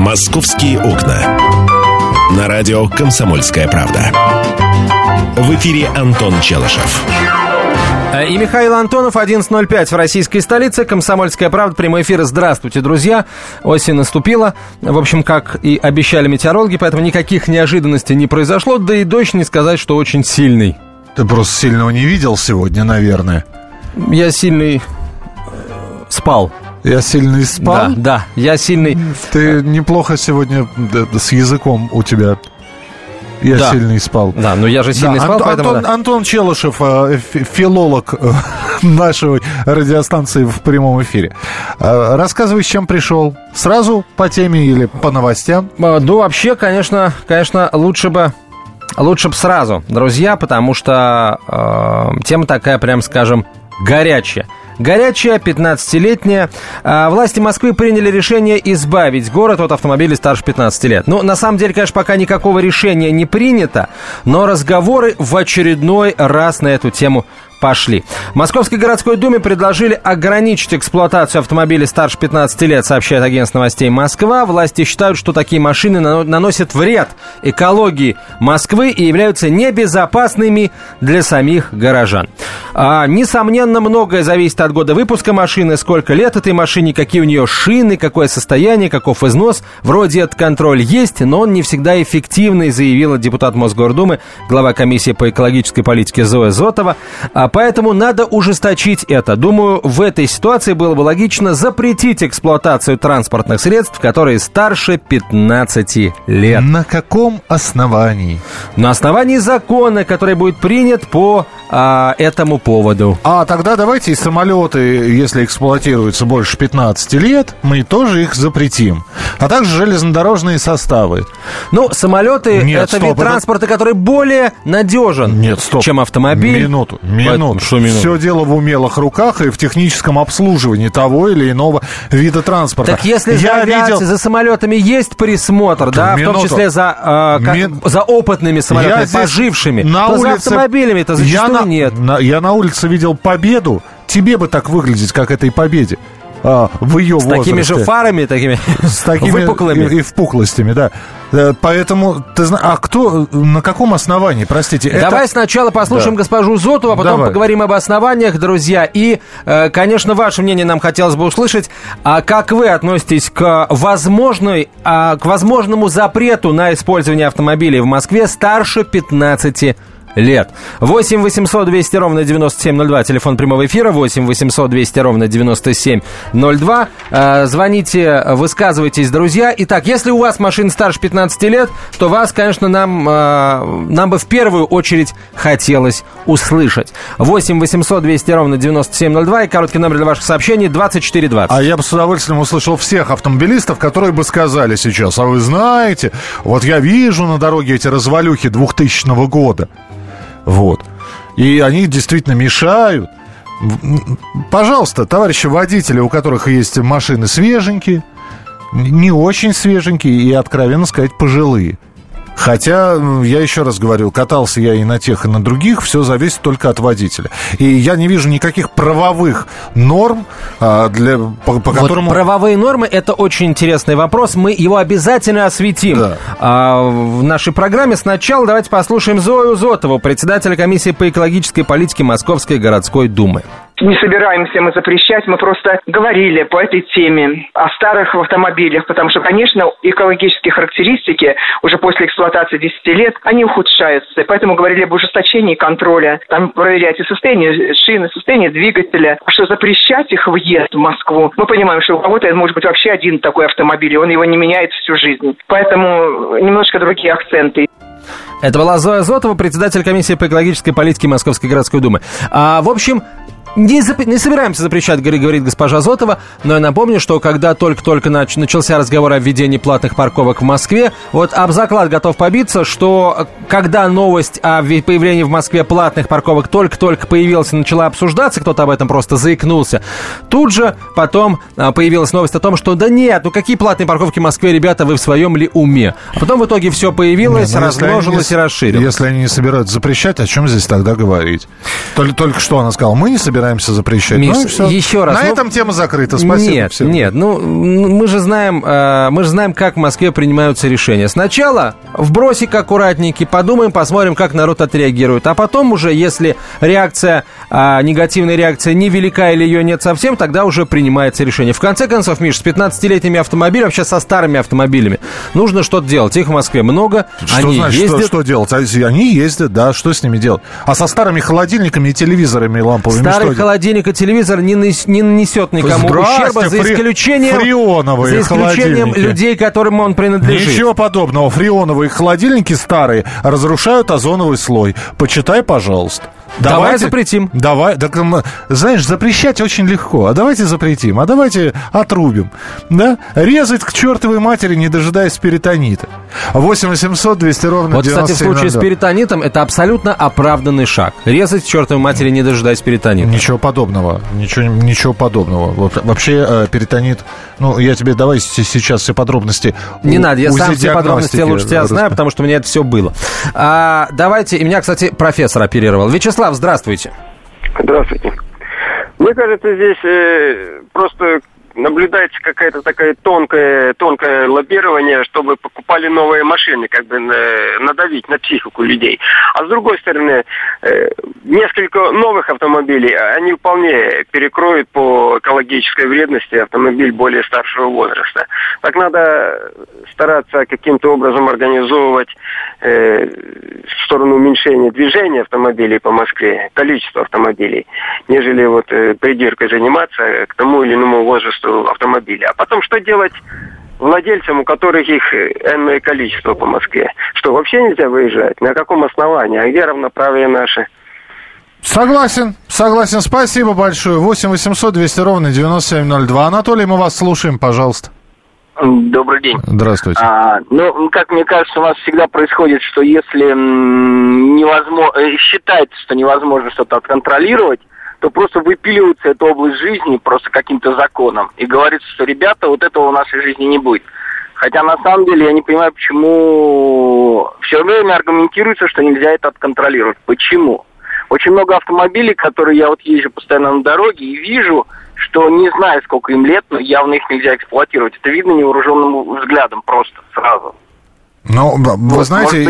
«Московские окна». На радио «Комсомольская правда». В эфире Антон Челышев. И Михаил Антонов, 11:05 в российской столице. «Комсомольская правда», прямой эфир. Здравствуйте, друзья. Осень наступила. В общем, как и обещали метеорологи, поэтому никаких неожиданностей не произошло. Да и дождь, не сказать, что очень сильный. Ты просто сильного не видел сегодня, наверное. Я сильный спал. Я сильный спал? Да, я сильный. Ты неплохо сегодня с языком у тебя. Я сильный спал. Да, но я же сильный спал, поэтому... Антон Челышев, филолог нашей радиостанции в прямом эфире. Рассказывай, с чем пришел. Сразу по теме или по новостям? Ну, вообще, конечно, лучше бы сразу, друзья, потому что тема такая, прям скажем, горячая. Горячая, 15-летняя. Власти Москвы приняли решение избавить город от автомобилей старше 15 лет. Ну, на самом деле, конечно, пока никакого решения не принято, но разговоры в очередной раз на эту тему пошли. В Московской городской думе предложили ограничить эксплуатацию автомобилей старше 15 лет, сообщает агентство новостей «Москва». Власти считают, что такие машины наносят вред экологии Москвы и являются небезопасными для самих горожан. Несомненно, многое зависит от года выпуска машины, сколько лет этой машине, какие у нее шины, какое состояние, каков износ. Вроде этот контроль есть, но он не всегда эффективный, заявила депутат Мосгордумы, глава комиссии по экологической политике Зоя Зотова. Поэтому надо ужесточить это. Думаю, в этой ситуации было бы логично запретить эксплуатацию транспортных средств, которые старше 15 лет. На каком основании? На основании закона, который будет принят по этому поводу. Тогда давайте и самолеты, если эксплуатируются больше 15 лет, мы тоже их запретим. А также железнодорожные составы. Ну, самолеты — это вид транспорта, который более надежен, чем автомобиль. Минуту. Все дело в умелых руках и в техническом обслуживании того или иного вида транспорта. Так если за самолетами есть присмотр, да, в том числе за опытными самолетами, пожившими, то за автомобилями-то зачастую нет. Я на улице видел «Победу». Тебе бы так выглядеть, как этой «Победе». В ее возрасте. С такими же фарами, такими выпуклыми. И впуклостями, да. Поэтому, ты знаешь, на каком основании, простите? Давай сначала послушаем госпожу Зотову, а потом поговорим об основаниях, друзья. И, конечно, ваше мнение нам хотелось бы услышать. Как вы относитесь к возможному запрету на использование автомобилей в Москве старше 15 лет? 8 800 200 ровно 9702, телефон прямого эфира, 8 800 200 ровно 9702. Звоните, высказывайтесь, друзья. Итак, если у вас машина старше 15 лет, то вас, конечно, нам бы в первую очередь хотелось услышать. 8 800 200 ровно 9702 и короткий номер для ваших сообщений 2420. А я бы с удовольствием услышал всех автомобилистов, которые бы сказали сейчас: а вы знаете, вот я вижу на дороге эти развалюхи 2000 года. Вот. И они действительно мешают. Пожалуйста, товарищи водители, у которых есть машины свеженькие, не очень свеженькие и, откровенно сказать, пожилые. Хотя, я еще раз говорю, катался я и на тех, и на других, все зависит только от водителя. И я не вижу никаких правовых норм, по которому... Правовые нормы — это очень интересный вопрос, мы его обязательно осветим в нашей программе. Сначала давайте послушаем Зою Зотову, председателя комиссии по экологической политике Московской городской думы. Не собираемся мы запрещать, мы просто говорили по этой теме о старых автомобилях, потому что, конечно, экологические характеристики уже после эксплуатации 10 лет, они ухудшаются. И поэтому говорили об ужесточении контроля, там проверять и состояние шины, состояние двигателя. А что запрещать их въезд в Москву? Мы понимаем, что у кого-то может быть вообще один такой автомобиль, и он его не меняет всю жизнь. Поэтому немножко другие акценты. Это была Зоя Зотова, председатель комиссии по экологической политике Московской городской думы. В общем, не собираемся запрещать, говорит госпожа Зотова, но я напомню, что когда только-только начался разговор о введении платных парковок в Москве, вот об заклад готов побиться, что когда новость о появлении в Москве платных парковок только-только появилась и начала обсуждаться, кто-то об этом просто заикнулся, тут же потом появилась новость о том, что да нет, какие платные парковки в Москве, ребята, вы в своем ли уме? А потом в итоге все появилось, размножилось и расширилось. Если они не собираются запрещать, о чем здесь тогда говорить? Только что она сказала, мы не собираемся собираемся запрещать. Миш, все. еще раз. На этом тема закрыта. Спасибо. Нет. Мы же знаем, как в Москве принимаются решения. Сначала вбросик аккуратненький, подумаем, посмотрим, как народ отреагирует. А потом уже, если негативная реакция невелика или ее нет совсем, тогда уже принимается решение. В конце концов, Миш, с 15-летними автомобилями, вообще со старыми автомобилями, нужно что-то делать. Их в Москве много. Что значит, что делать? Они ездят, да, что с ними делать? А со старыми холодильниками и телевизорами ламповыми старый холодильник и телевизор не нанесет никому ущерба, за исключением людей, которым он принадлежит. Ничего подобного. Фреоновые холодильники старые разрушают озоновый слой. Почитай, пожалуйста. Давай запретим. Давай. Так, знаешь, запрещать очень легко. А давайте запретим. А давайте отрубим. Да? Резать к чертовой матери, не дожидаясь перитонита. 8 800 200 ровно 9702. Вот, кстати, в случае с перитонитом это абсолютно оправданный шаг. Резать к чертовой матери, не дожидаясь перитонита. Ничего подобного. Ничего подобного. Вообще перитонит... я тебе давай сейчас все подробности. Не надо, я сам все подробности лучше тебя знаю, потому что у меня это все было. Давайте, и меня, кстати, профессор оперировал. Вячеслав, здравствуйте. Здравствуйте. Мне кажется, здесь просто наблюдается какая-то такая тонкое лоббирование, чтобы покупали новые машины, как бы надавить на психику людей. А с другой стороны, несколько новых автомобилей, они вполне перекроют по экологической вредности автомобиль более старшего возраста. Так надо стараться каким-то образом организовывать в сторону уменьшения движения автомобилей по Москве, количество автомобилей, нежели придиркой заниматься к тому или иному возрасту автомобиля. А потом что делать владельцам, у которых их энное количество по Москве? Что, вообще нельзя выезжать? На каком основании? А где равноправие наше? Согласен. Спасибо большое. 8 800 200 ровно 9702. Анатолий, мы вас слушаем, пожалуйста. Добрый день. Здравствуйте. Как мне кажется, у нас всегда происходит, что если считается, что невозможно что-то отконтролировать, то просто выпиливается эта область жизни просто каким-то законом. И говорится, что, ребята, вот этого в нашей жизни не будет. Хотя, на самом деле, я не понимаю, почему все время аргументируется, что нельзя это отконтролировать. Почему? Очень много автомобилей, которые я езжу постоянно на дороге и вижу, что не знаю, сколько им лет, но явно их нельзя эксплуатировать. Это видно невооруженным взглядом просто сразу. Вы знаете,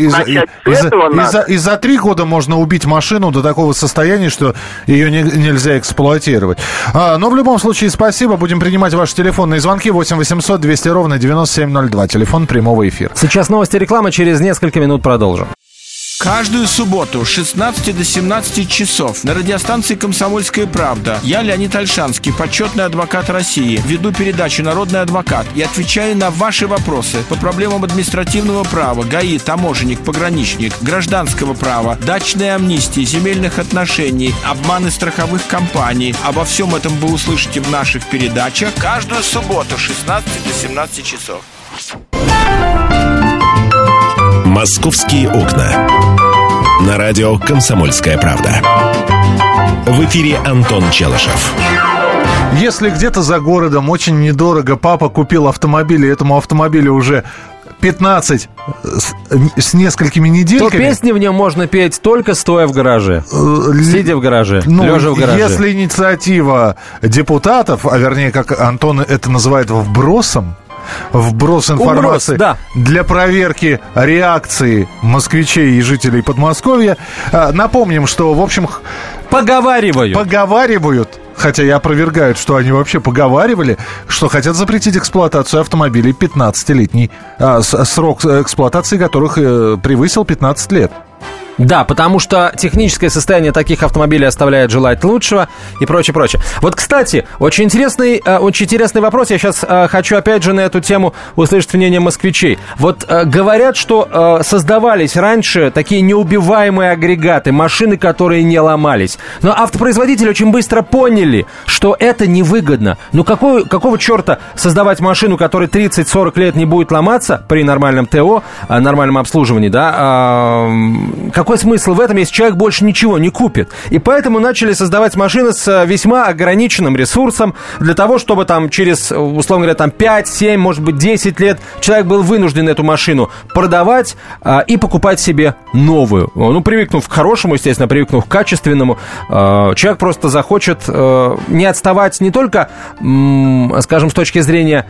и за 3 года можно убить машину до такого состояния, что ее нельзя эксплуатировать. Но в любом случае, спасибо. Будем принимать ваши телефонные звонки. 8 800 200 ровно 9702. Телефон прямого эфира. Сейчас новости, реклама. Через несколько минут продолжим. Каждую субботу с 16 до 17 часов на радиостанции «Комсомольская правда» я, Леонид Ольшанский, почетный адвокат России, веду передачу «Народный адвокат» и отвечаю на ваши вопросы по проблемам административного права, ГАИ, таможенник, пограничник, гражданского права, дачной амнистии, земельных отношений, обманы страховых компаний. Обо всем этом вы услышите в наших передачах каждую субботу с 16 до 17 часов. «Московские окна». На радио «Комсомольская правда». В эфире Антон Челышев. Если где-то за городом очень недорого папа купил автомобиль, и этому автомобилю уже 15 с несколькими недельками... То песни в нем можно петь только стоя в гараже, сидя в гараже, лежа в гараже. Если инициатива депутатов, а вернее, как Антон это называет, вброс информации для проверки реакции москвичей и жителей Подмосковья. Напомним, что, в общем... Поговаривают, хотя и опровергают, что они вообще поговаривали, что хотят запретить эксплуатацию автомобилей 15-летний, срок эксплуатации которых превысил 15 лет. Да, потому что техническое состояние таких автомобилей оставляет желать лучшего и прочее. Вот, кстати, очень интересный вопрос. Я сейчас хочу опять же на эту тему услышать мнение москвичей. Вот говорят, что создавались раньше такие неубиваемые агрегаты, машины, которые не ломались. Но автопроизводители очень быстро поняли, что это невыгодно. Ну какого черта создавать машину, которая 30-40 лет не будет ломаться при нормальном ТО, нормальном обслуживании, да? какой смысл в этом, если человек больше ничего не купит? И поэтому начали создавать машины с весьма ограниченным ресурсом для того, чтобы там через, условно говоря, там 5, 7, может быть, 10 лет человек был вынужден эту машину продавать и покупать себе новую. Ну, привыкнув к хорошему, естественно, привыкнув к качественному, человек просто захочет не отставать не только, скажем, с точки зрения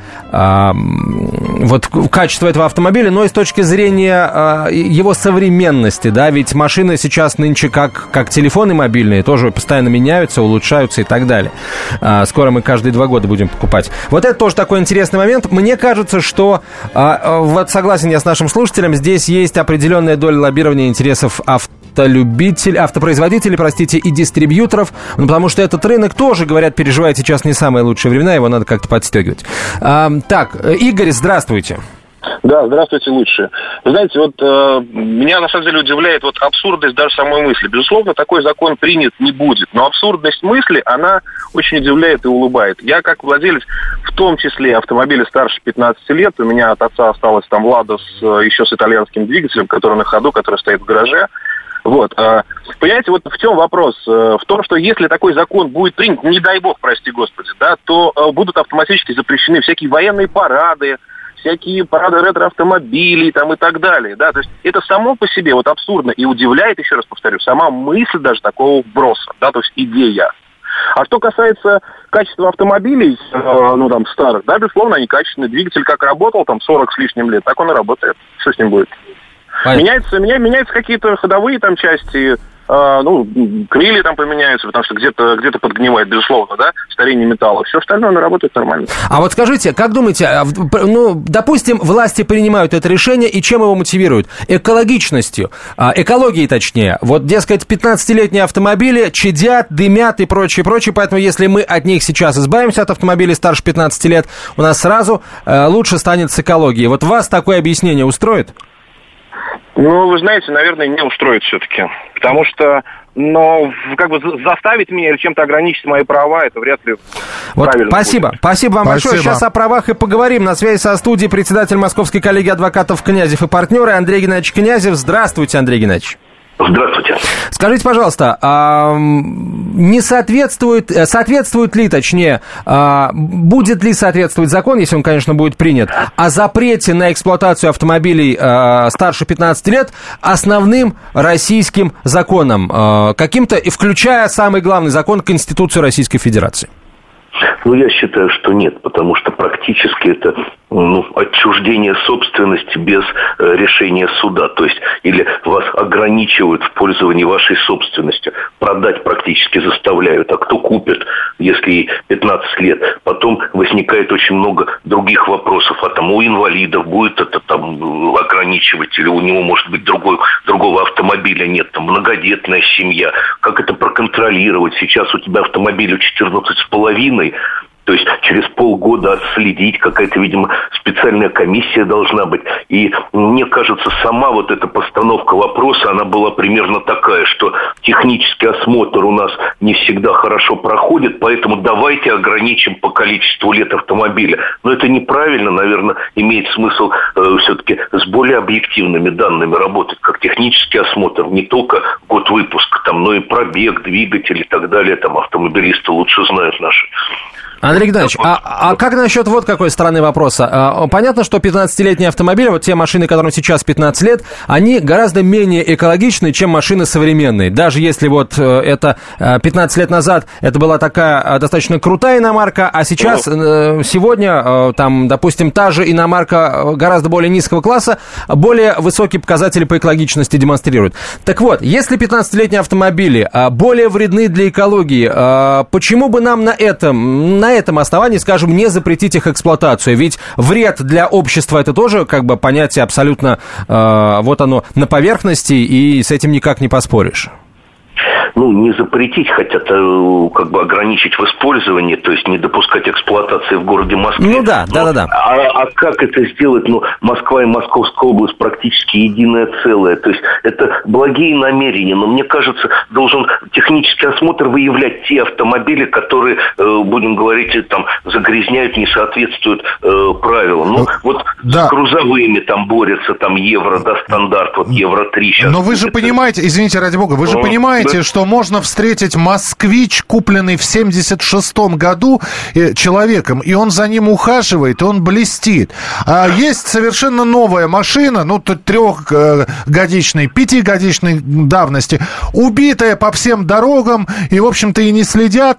вот качества этого автомобиля, но и с точки зрения его современности, да, ведь машины сейчас нынче как телефоны мобильные, тоже постоянно меняются, улучшаются и так далее. Скоро мы каждые 2 года будем покупать. Вот это тоже такой интересный момент. Мне кажется, что, вот согласен я с нашим слушателем, здесь есть определенная доля лоббирования интересов автопроизводителей, и дистрибьюторов, потому что этот рынок тоже, говорят, переживает сейчас не самые лучшие времена, его надо как-то подстегивать. Так, Игорь, здравствуйте. Да, здравствуйте, лучшие. Вы знаете, вот меня на самом деле удивляет вот абсурдность даже самой мысли. Безусловно, такой закон принят не будет, но абсурдность мысли, она очень удивляет и улыбает. Я, как владелец, в том числе автомобиля старше 15 лет, у меня от отца осталась там «Лада» еще с итальянским двигателем, который на ходу, который стоит в гараже. Вот, понимаете, вот в чем вопрос? В том, что если такой закон будет принят, не дай бог, прости господи, да, то будут автоматически запрещены всякие военные парады, всякие парады ретро-автомобилей там и так далее, да, то есть это само по себе вот абсурдно и удивляет, еще раз повторю, сама мысль даже такого вброса, да, то есть идея. А что касается качества автомобилей, ну там старых, да, безусловно, они качественные, двигатель как работал там 40 с лишним лет, так он и работает, что с ним будет? Меняются какие-то ходовые там части, крылья там поменяются, потому что где-то подгнивает, безусловно, да, старение металла. Все остальное, оно работает нормально. А вот скажите, как думаете, допустим, власти принимают это решение, и чем его мотивируют? Экологичностью, экологией точнее. Вот, дескать, 15-летние автомобили чадят, дымят и прочее, поэтому если мы от них сейчас избавимся, от автомобилей старше 15 лет, у нас сразу лучше станет с экологией. Вот вас такое объяснение устроит? Ну, вы знаете, наверное, не устроит все-таки. Потому что, как бы заставить меня или чем-то ограничить мои права, это вряд ли вот правильно спасибо. будет. Спасибо вам большое. Сейчас о правах и поговорим. На связи со студией председатель Московской коллегии адвокатов Князев и партнеры Андрей Геннадьевич Князев. Здравствуйте, Андрей Геннадьевич. Здравствуйте. Скажите, пожалуйста, не соответствует ли, точнее, будет ли соответствовать закон, если он, конечно, будет принят, о запрете на эксплуатацию автомобилей старше 15 лет основным российским законам, каким-то, включая самый главный закон, Конституцию Российской Федерации? Ну, я считаю, что нет, потому что практически это отчуждение собственности без решения суда. То есть, или вас ограничивают в пользовании вашей собственностью. Продать практически заставляют. А кто купит, если ей 15 лет? Потом возникает очень много других вопросов. А там у инвалидов будет это там ограничивать, или у него, может быть, другого автомобиля нет. Там многодетная семья. Как это проконтролировать? Сейчас у тебя автомобилю 14,5. То есть через полгода отследить, какая-то, видимо, специальная комиссия должна быть. И мне кажется, сама вот эта постановка вопроса, она была примерно такая, что технический осмотр у нас не всегда хорошо проходит, поэтому давайте ограничим по количеству лет автомобиля. Но это неправильно, наверное, имеет смысл все-таки с более объективными данными работать, как технический осмотр, не только год выпуска, там, но и пробег, двигатель и так далее, там автомобилисты лучше знают наши. Андрей Геннадьевич, а как насчет вот какой стороны вопроса? Понятно, что 15-летние автомобили, вот те машины, которым сейчас 15 лет, они гораздо менее экологичны, чем машины современные. Даже если вот это 15 лет назад это была такая достаточно крутая иномарка, а сейчас, сегодня, там, допустим, та же иномарка гораздо более низкого класса, более высокие показатели по экологичности демонстрирует. Так вот, если 15-летние автомобили более вредны для экологии, почему бы нам на этом основании, скажем, не запретить их эксплуатацию? Ведь вред для общества — это тоже как бы понятие абсолютно вот оно на поверхности, и с этим никак не поспоришь. не запретить, хотят как бы ограничить в использовании, то есть не допускать эксплуатации в городе Москве. Ну да. А как это сделать? Москва и Московская область практически единое целое. То есть это благие намерения, но мне кажется, должен технический осмотр выявлять те автомобили, которые, будем говорить, там загрязняют, не соответствуют правилам. С грузовыми там борются, там евро, стандарт, евро-3 сейчас. Но вы же понимаете, извините, ради бога, вы же понимаете, что можно встретить «Москвич», купленный в 76-м году человеком, и он за ним ухаживает, и он блестит. А есть совершенно новая машина, 3-годичной, 5-годичной давности, убитая по всем дорогам, и, в общем-то, и не следят,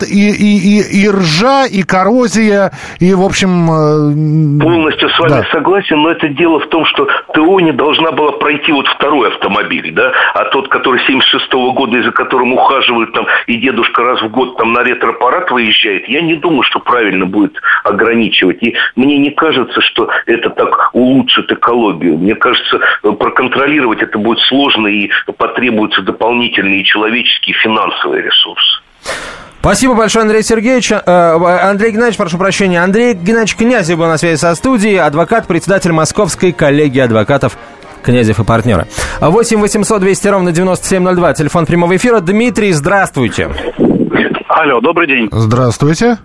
и ржа, и коррозия, и, в общем... Полностью с вами согласен, но это дело в том, что ТО не должна была пройти второй автомобиль, да, а тот, который 76-го года, из-за которым ухаживают там, и дедушка раз в год там на ретро-парад выезжает, я не думаю, что правильно будет ограничивать. И мне не кажется, что это так улучшит экологию. Мне кажется, проконтролировать это будет сложно и потребуются дополнительные человеческие и финансовые ресурсы. Спасибо большое, Андрей Сергеевич. Андрей Геннадьевич, прошу прощения. Андрей Геннадьевич Князев был на связи со студией, адвокат, председатель Московской коллегии адвокатов Князев и партнеры. 8 800 200 ровно 9702, телефон прямого эфира. Дмитрий, здравствуйте. Алло, добрый день. Здравствуйте.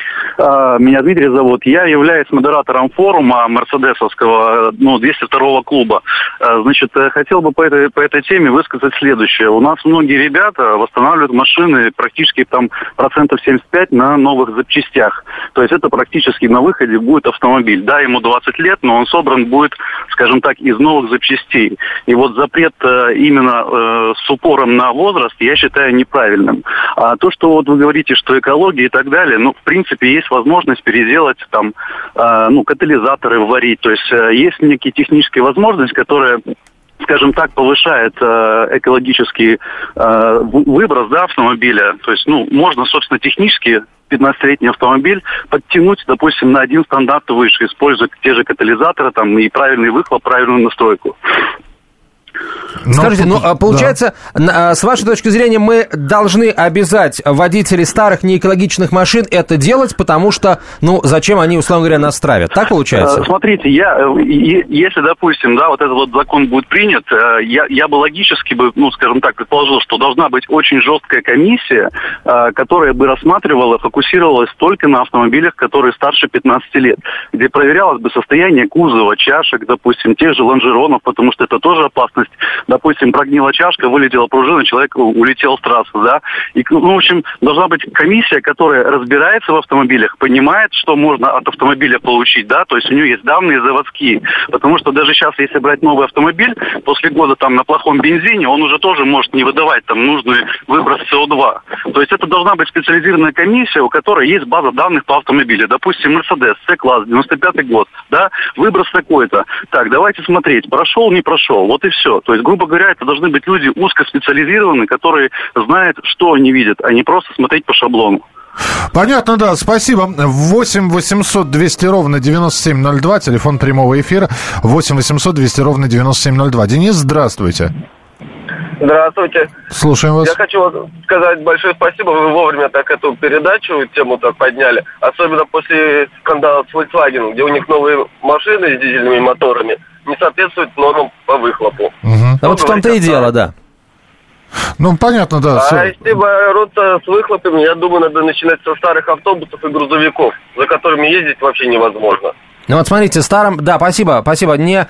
Меня Дмитрий зовут. Я являюсь модератором форума мерседесовского, 202-го клуба. Значит, хотел бы по этой теме высказать следующее. У нас многие ребята восстанавливают машины практически там 75% на новых запчастях. То есть это практически на выходе будет автомобиль. Да, ему 20 лет, но он собран будет, скажем так, из новых запчастей. И запрет именно с упором на возраст я считаю неправильным. А то, что вы говорите, что экология и так далее, в принципе, есть возможность переделать там, катализаторы варить. То есть есть некие технические возможности, которые, скажем так, повышает экологический выброс автомобиля. То есть, можно, собственно, технически 15-летний автомобиль подтянуть, допустим, на один стандарт выше, используя те же катализаторы там, и правильный выхлоп, правильную настройку. Скажите, получается, с вашей точки зрения, мы должны обязать водителей старых неэкологичных машин это делать, потому что, зачем они, условно говоря, нас травят? Так получается? Смотрите, если, допустим, этот закон будет принят, я бы логически скажем так, предположил, что должна быть очень жесткая комиссия, которая бы рассматривала, фокусировалась только на автомобилях, которые старше 15 лет, где проверялось бы состояние кузова, чашек, допустим, тех же лонжеронов, потому что это тоже опасность. Допустим, прогнила чашка, вылетела пружина, человек улетел с трассы, да. И, в общем, должна быть комиссия, которая разбирается в автомобилях, понимает, что можно от автомобиля получить, да, то есть у нее есть данные заводские. Потому что даже сейчас, если брать новый автомобиль, после года там на плохом бензине, он уже тоже может не выдавать там нужный выброс СО2. То есть это должна быть специализированная комиссия, у которой есть база данных по автомобилю. Допустим, Mercedes, C-класс, 95-й год, да, выброс такой-то. Так, давайте смотреть, прошел, не прошел, вот и все. То есть, грубо говоря, это должны быть люди узкоспециализированные, которые знают, что они видят, а не просто смотреть по шаблону. Понятно, да, спасибо. 8 800 200 ровно 9702, телефон прямого эфира. 8 800 200 ровно 9702. Денис, здравствуйте. Здравствуйте. Слушаем вас. Я хочу сказать большое спасибо. Вы вовремя так эту передачу, тему так подняли. Особенно после скандала с Volkswagen, где у них новые машины с дизельными моторами не соответствуют нормам по выхлопу. В том-то и дело, да. Понятно, да. А если бороться с выхлопами, я думаю, надо начинать со старых автобусов и грузовиков, за которыми ездить вообще невозможно. Смотрите, старым, да, спасибо, не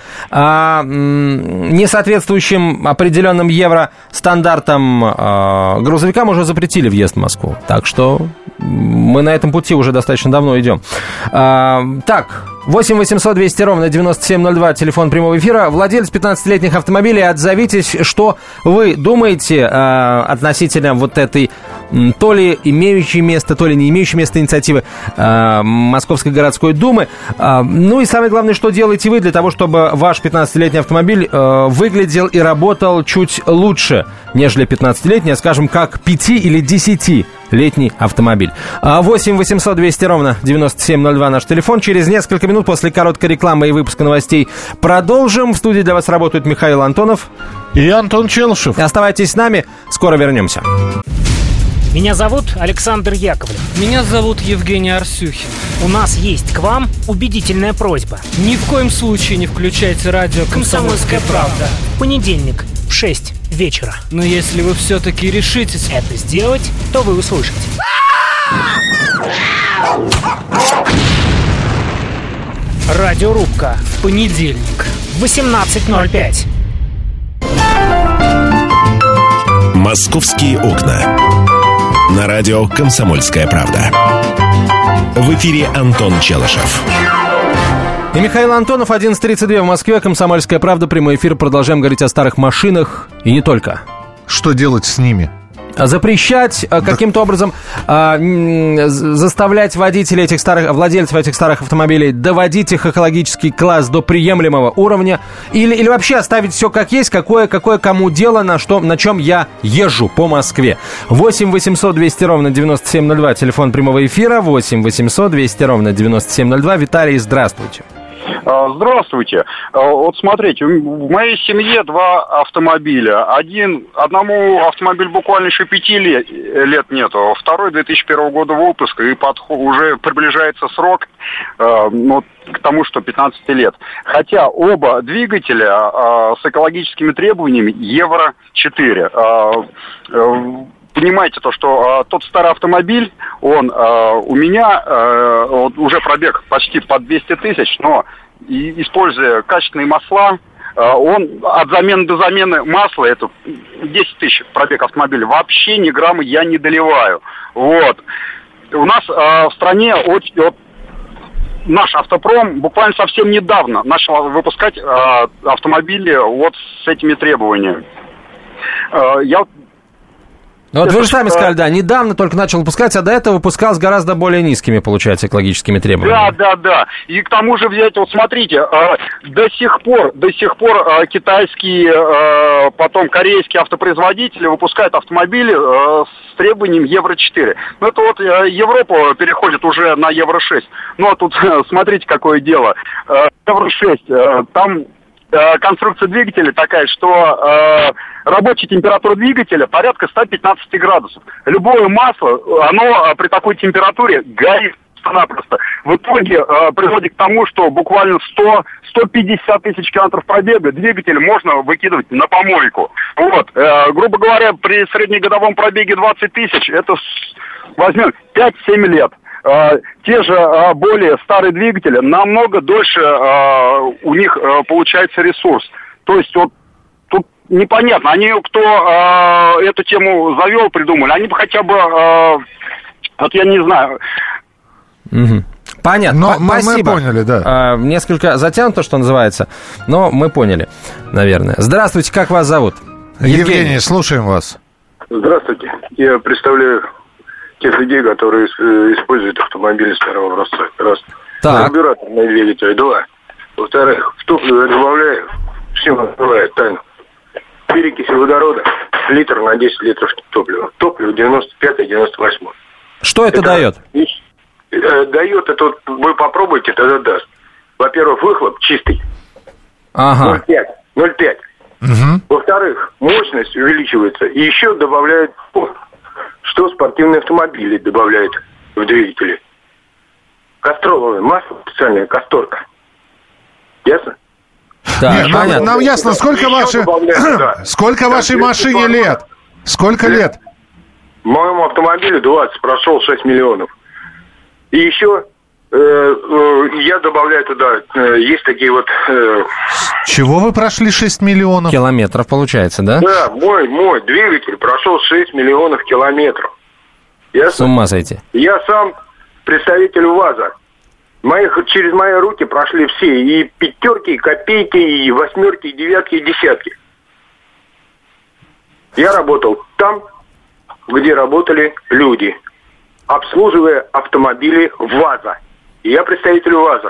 соответствующим определенным евростандартам грузовикам уже запретили въезд в Москву. Так что мы на этом пути уже достаточно давно идем. Так, 8 800 200 ровно 9702, телефон прямого эфира. Владелец 15-летних автомобилей, отзовитесь, что вы думаете относительно этой то ли имеющей место, то ли не имеющей места инициативы Московской городской думы. И самое главное, что делаете вы для того, чтобы ваш 15-летний автомобиль выглядел и работал чуть лучше, нежели 15-летний, скажем, как 5 или 10-летний автомобиль. 8 800 200 ровно 9702 наш телефон. Через несколько минут минут. После короткой рекламы и выпуска новостей продолжим. В студии для вас работают Михаил Антонов и Антон Челышев. Оставайтесь с нами, скоро вернемся. Меня зовут Александр Яковлев. Меня зовут Евгений Арсюхин. У нас есть к вам убедительная просьба. Ни в коем случае не включайте радио «Комсомольская правда». В понедельник в 6 вечера. Но если вы все-таки решитесь это сделать, то вы услышите. Радиорубка. В понедельник. 18:05. «Московские окна». На радио «Комсомольская правда». В эфире Антон Челышев. И Михаил Антонов, 11:32 в Москве. «Комсомольская правда», прямой эфир. Продолжаем говорить о старых машинах. И не только. Что делать с ними? Запрещать каким-то образом заставлять водителей этих старых, владельцев этих старых автомобилей доводить их экологический класс до приемлемого уровня или вообще оставить все как есть, какое кому дело, на чем я езжу по Москве. 8 800 200 ровно 9702, телефон прямого эфира, 8 800 200 ровно 9702. Виталий, здравствуйте. Здравствуйте. Вот смотрите, в моей семье 2 автомобиля. Одному автомобилю буквально еще 5 лет нету, второй 2001 года выпуска, и уже приближается срок к тому, что 15 лет. Хотя оба двигателя с экологическими требованиями Евро-4. Понимаете то, что тот старый автомобиль, он у меня уже пробег почти под 200 тысяч, но используя качественные масла, он от замены до замены масла, это 10 тысяч пробег автомобиля, вообще ни грамма я не доливаю. Вот. У нас в стране наш автопром буквально совсем недавно начал выпускать автомобили вот с этими требованиями. Вот вы же сами сказали, да, недавно только начал выпускать, а до этого выпускал с гораздо более низкими, получается, экологическими требованиями. Да. И к тому же взять, вот смотрите, до сих пор китайские, потом корейские автопроизводители выпускают автомобили с требованием Евро-4. Ну, это вот Европа переходит уже на Евро-6. Ну, а тут, смотрите, какое дело. Евро-6, там конструкция двигателя такая, что рабочая температура двигателя порядка 115 градусов. Любое масло, оно при такой температуре горит просто-напросто. В итоге приводит к тому, что буквально 100-150 тысяч километров пробега двигатель можно выкидывать на помойку. Вот, грубо говоря, при среднегодовом пробеге 20 тысяч, это возьмем 5-7 лет. Те же более старые двигатели, намного дольше у них получается ресурс. То есть вот тут непонятно, они, кто эту тему завел, придумали, они бы хотя бы, вот я не знаю. Угу. Понятно, спасибо. Мы поняли, да. Несколько затянуто, что называется, но мы поняли, наверное. Здравствуйте, как вас зовут? Евгений, слушаем вас. Здравствуйте, я представляю тех людей, которые используют автомобили старого образца. Раз. Карбюраторный двигатель. 2. Во-вторых, в топливо я добавляю, все называют тайну, перекись водорода, литр на 10 литров топлива. Топливо 95-98. Что это дает? Дает это, вот, вы попробуйте, тогда даст. Во-первых, выхлоп чистый. 0,5. Угу. Во-вторых, мощность увеличивается. И еще добавляют, что спортивные автомобили добавляют в двигатели. Кастроловое масло, специальная касторка. Ясно? Да, нет, нам ясно, сколько вашей машине лет? Сколько лет? Моему автомобилю 20, прошел 6 миллионов. И еще я добавляю туда, есть такие вот... Чего вы прошли 6 миллионов? Километров, получается, да? Да, мой двигатель прошел 6 миллионов километров. Ясно? С ума сойти. Я сам представитель УАЗа. Через мои руки прошли все. И 5, и копейки, и 8, и 9, и 10. Я работал там, где работали люди, обслуживая автомобили ВАЗа. Я представитель УАЗа.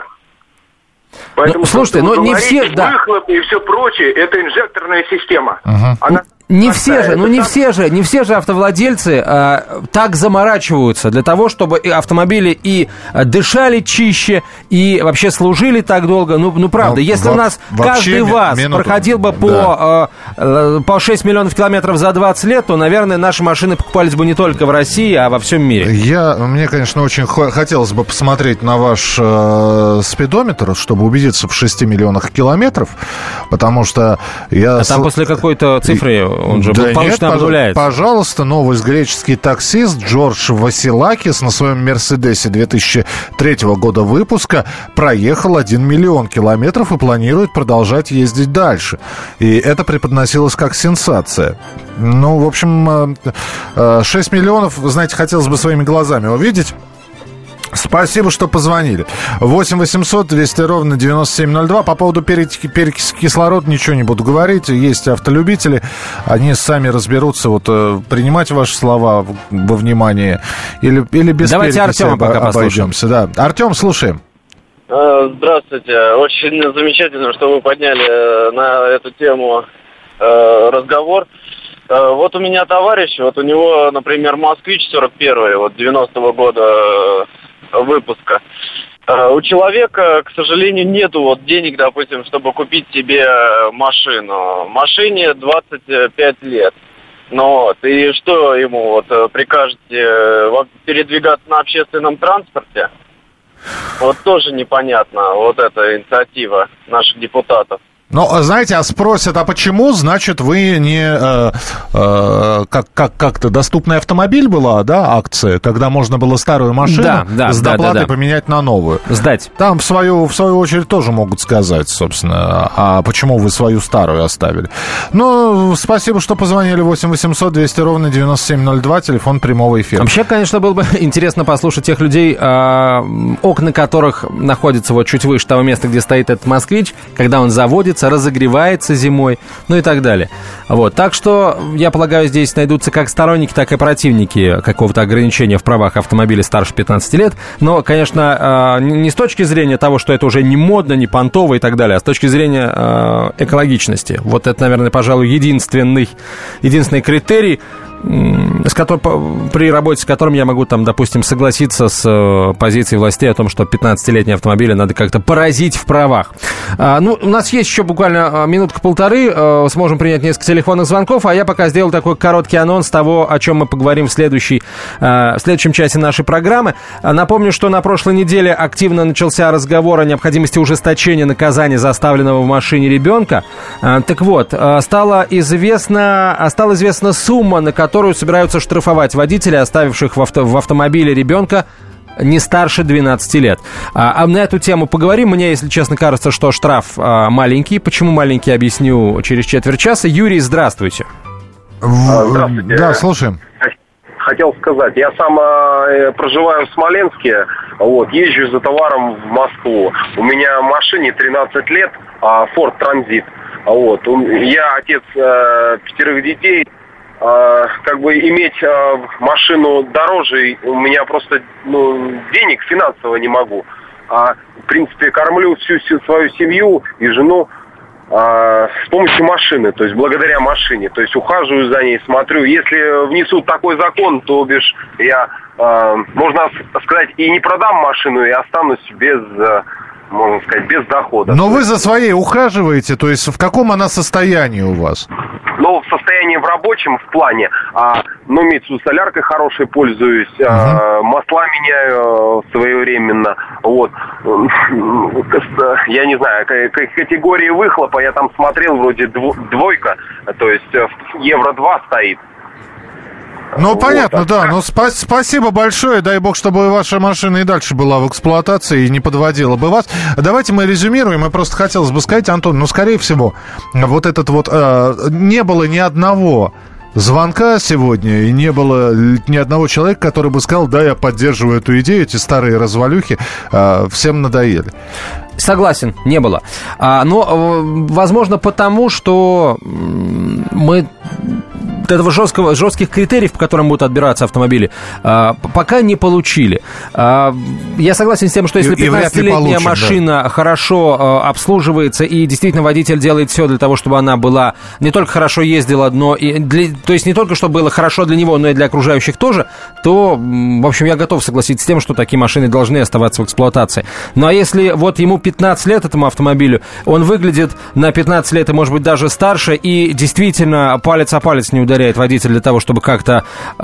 Поэтому, слушайте, но не все... Выхлопы и все прочее, это инжекторная система. Ага. Не все же автовладельцы так заморачиваются для того, чтобы автомобили и дышали чище, и вообще служили так долго. Ну правда, если у нас каждый ВАЗ проходил бы по 6 миллионов километров за 20 лет, то, наверное, наши машины покупались бы не только в России, а во всем мире. Мне, конечно, очень хотелось бы посмотреть на ваш спидометр, чтобы убедиться в 6 миллионах километров, потому что я... там после какой-то цифры... Он же повышенно обнуляется. Пожалуйста, новый греческий таксист Джордж Василакис на своем Мерседесе 2003 года выпуска проехал 1 миллион километров и планирует продолжать ездить дальше. И это преподносилось как сенсация. Ну, в общем, 6 миллионов, знаете, хотелось бы своими глазами увидеть. Спасибо, что позвонили. 8 800 200 ровно 9702. По поводу перекиси кислорода ничего не буду говорить. Есть автолюбители. Они сами разберутся, принимать ваши слова во внимание или без Давайте перекиси Артема пока обойдемся. Да. Артем, слушаем. Здравствуйте. Очень замечательно, что вы подняли на эту тему разговор. Вот у меня товарищ, у него, например, «Москвич» 41-й, 90-го года выпуска. У человека, к сожалению, нету денег, допустим, чтобы купить себе машину. Машине 25 лет. И что ему прикажете передвигаться на общественном транспорте? Тоже непонятно, эта инициатива наших депутатов. Знаете, спросят, почему, значит, вы не... как-то доступный автомобиль была, да, акция, когда можно было старую машину с доплатой поменять на новую. Сдать. Там, в свою очередь, тоже могут сказать, собственно, а почему вы свою старую оставили. Спасибо, что позвонили. 8 800 200 ровно 9702, телефон прямого эфира. Вообще, конечно, было бы интересно послушать тех людей, окна которых находятся чуть выше того места, где стоит этот «Москвич», когда он заводится, разогревается зимой, и так далее. Так что, я полагаю, здесь найдутся как сторонники, так и противники какого-то ограничения в правах автомобиля старше 15 лет. Но, конечно, не с точки зрения того, что это уже не модно, не понтово и так далее, а с точки зрения экологичности. Это, наверное, пожалуй, единственный критерий, при работе с которым я могу, допустим, согласиться с позицией властей о том, что 15-летние автомобили надо как-то поразить в правах. У нас есть еще буквально минутка-полторы, сможем принять несколько телефонных звонков, а я пока сделал такой короткий анонс того, о чем мы поговорим в следующем часе нашей программы. Напомню, что на прошлой неделе активно начался разговор о необходимости ужесточения наказания за оставленного в машине ребенка. Так вот, стала известна сумма, на которую собираются штрафовать водителей, оставивших в автомобиле ребенка не старше 12 лет. А на эту тему поговорим. Мне, если честно, кажется, что штраф маленький. Почему маленький, объясню через четверть часа. Юрий, здравствуйте. Здравствуйте. Да, слушаем. Хотел сказать, я сам проживаю в Смоленске, езжу за товаром в Москву. У меня машине 13 лет, Ford Transit. Я отец 5 детей. Иметь машину дороже, у меня просто денег финансово не могу. В принципе, кормлю всю свою семью и жену с помощью машины, то есть благодаря машине. То есть ухаживаю за ней, смотрю. Если внесут такой закон, то бишь я, можно сказать, и не продам машину, и останусь без дохода. Но вы за своей ухаживаете, то есть в каком она состоянии у вас? В состоянии в рабочем, в плане, имеется соляркой хорошей пользуюсь, масла меняю своевременно, я не знаю, категории выхлопа я там смотрел, вроде двойка, то есть Евро-2 стоит. Понятно, да. Спасибо большое. Дай бог, чтобы ваша машина и дальше была в эксплуатации и не подводила бы вас. Давайте мы резюмируем. И просто хотелось бы сказать, Антон, скорее всего, не было ни одного звонка сегодня, и не было ни одного человека, который бы сказал, да, я поддерживаю эту идею, эти старые развалюхи всем надоели. Согласен, не было. Но, возможно, потому что мы этого жестких критериев, по которым будут отбираться автомобили, пока не получили. Я согласен с тем, что если 15-летняя машина хорошо обслуживается и действительно водитель делает все для того, чтобы она была не только хорошо ездила, но то есть не только чтобы было хорошо для него, но и для окружающих тоже, то, в общем, я готов согласиться с тем, что такие машины должны оставаться в эксплуатации. Ну а если вот ему 15 лет этому автомобилю, он выглядит на 15 лет и, может быть, даже старше, и действительно палец о палец не ударяет водитель для того, чтобы как-то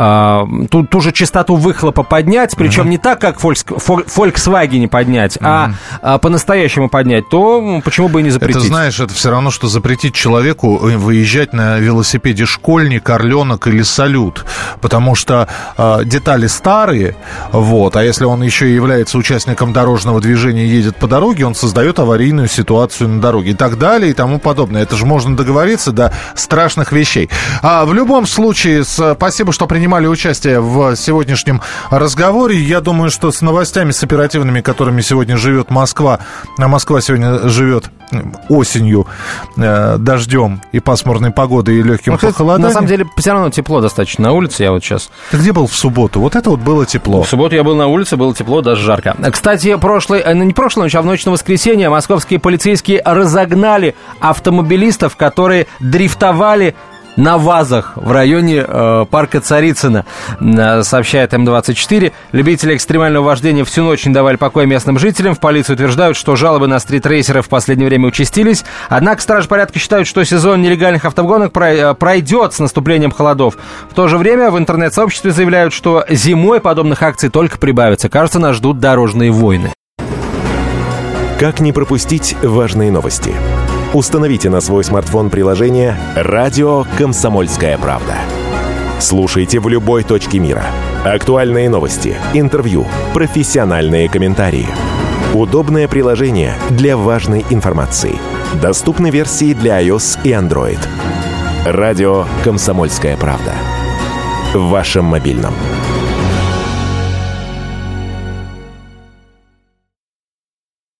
ту же частоту выхлопа поднять, причем не так, как в Volkswagen поднять, а по-настоящему поднять, то почему бы и не запретить? Это, знаешь, это все равно, что запретить человеку выезжать на велосипеде «Школьник», «Орленок» или «Салют», потому что детали старые, вот, а если он еще и является участником дорожного движения и едет по дороге, он создает аварийную ситуацию на дороге и так далее и тому подобное. Это же можно договориться до страшных вещей. В любом случае, спасибо, что принимали участие в сегодняшнем разговоре. Я думаю, что с новостями, с оперативными, которыми сегодня живет Москва, а Москва сегодня живет осенью, дождем и пасмурной погодой и легким похолоданием. На самом деле, все равно тепло достаточно на улице. Я вот сейчас... Ты где был в субботу? Вот это вот было тепло. В субботу я был на улице, было тепло, даже жарко. Кстати, не прошлой ночью, а в ночь на воскресенье московские полицейские разогнали автомобилистов, которые дрифтовали на ВАЗах в районе парка Царицына, сообщает М24. Любители экстремального вождения всю ночь не давали покоя местным жителям. В полиции утверждают, что жалобы на стритрейсеров в последнее время участились. Однако стражи порядка считают, что сезон нелегальных автогонок пройдет с наступлением холодов. В то же время в интернет-сообществе заявляют, что зимой подобных акций только прибавится. Кажется, нас ждут дорожные войны. Как не пропустить важные новости? Установите на свой смартфон приложение «Радио Комсомольская правда». Слушайте в любой точке мира. Актуальные новости, интервью, профессиональные комментарии. Удобное приложение для важной информации. Доступны версии для iOS и Android. «Радио Комсомольская правда». В вашем мобильном.